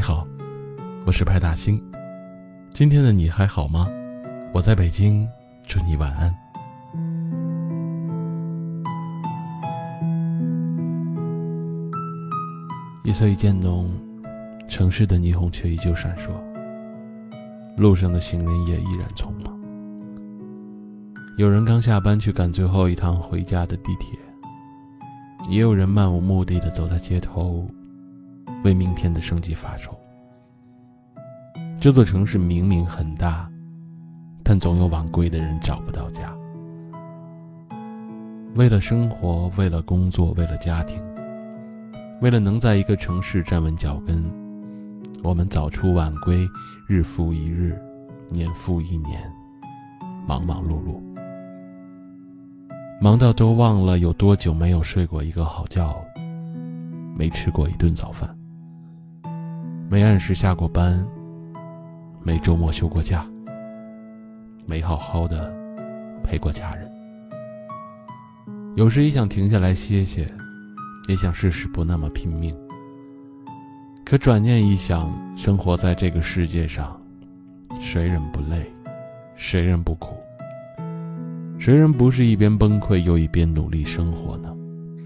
好，我是派大星。今天的你还好吗？我在北京，祝你晚安。夜色已渐浓，城市的霓虹却依旧闪烁，路上的行人也依然匆忙。有人刚下班去赶最后一趟回家的地铁，也有人漫无目的地走在街头，为明天的生计发愁。这座城市明明很大，但总有晚归的人找不到家。为了生活，为了工作，为了家庭，为了能在一个城市站稳脚跟，我们早出晚归，日复一日，年复一年，忙忙碌碌，忙到都忘了有多久没有睡过一个好觉，没吃过一顿早饭，没按时下过班，没周末休过假，没好好的陪过家人。有时也想停下来歇歇，也想试试不那么拼命，可转念一想，生活在这个世界上，谁人不累，谁人不苦，谁人不是一边崩溃又一边努力生活呢？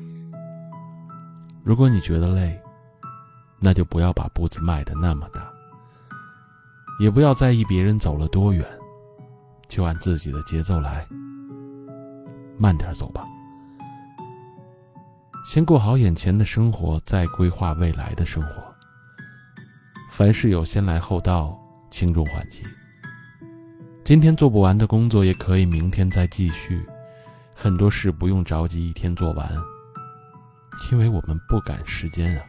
如果你觉得累，那就不要把步子迈得那么大，也不要在意别人走了多远，就按自己的节奏来，慢点走吧。先过好眼前的生活，再规划未来的生活。凡事有先来后到，轻重缓急。今天做不完的工作也可以明天再继续，很多事不用着急一天做完，因为我们不赶时间啊。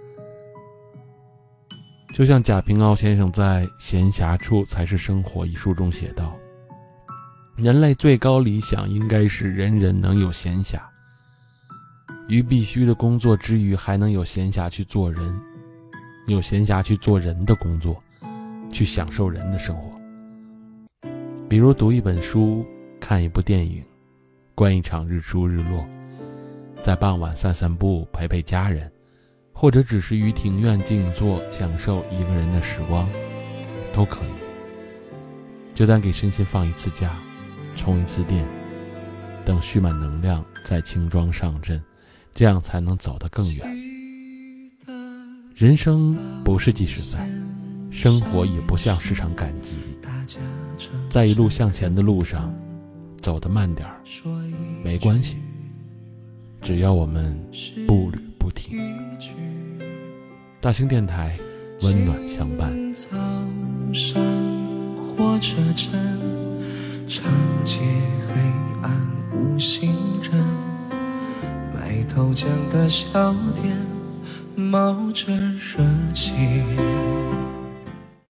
就像贾平凹先生在《闲暇处才是生活》一书中写道，人类最高理想应该是人人能有闲暇，于必须的工作之余还能有闲暇去做人，有闲暇去做人的工作，去享受人的生活。比如读一本书，看一部电影，观一场日出日落，在傍晚散散步，陪陪家人，或者只是于庭院静坐，享受一个人的时光，都可以。就当给身心放一次假，充一次电，等蓄满能量再轻装上阵，这样才能走得更远。人生不是计时赛，生活也不像是场赶集，在一路向前的路上，走得慢点没关系，只要我们步履不停。大星电台，温暖相伴。 早上火车站，长街黑暗无行人，卖豆浆的小店冒着热气。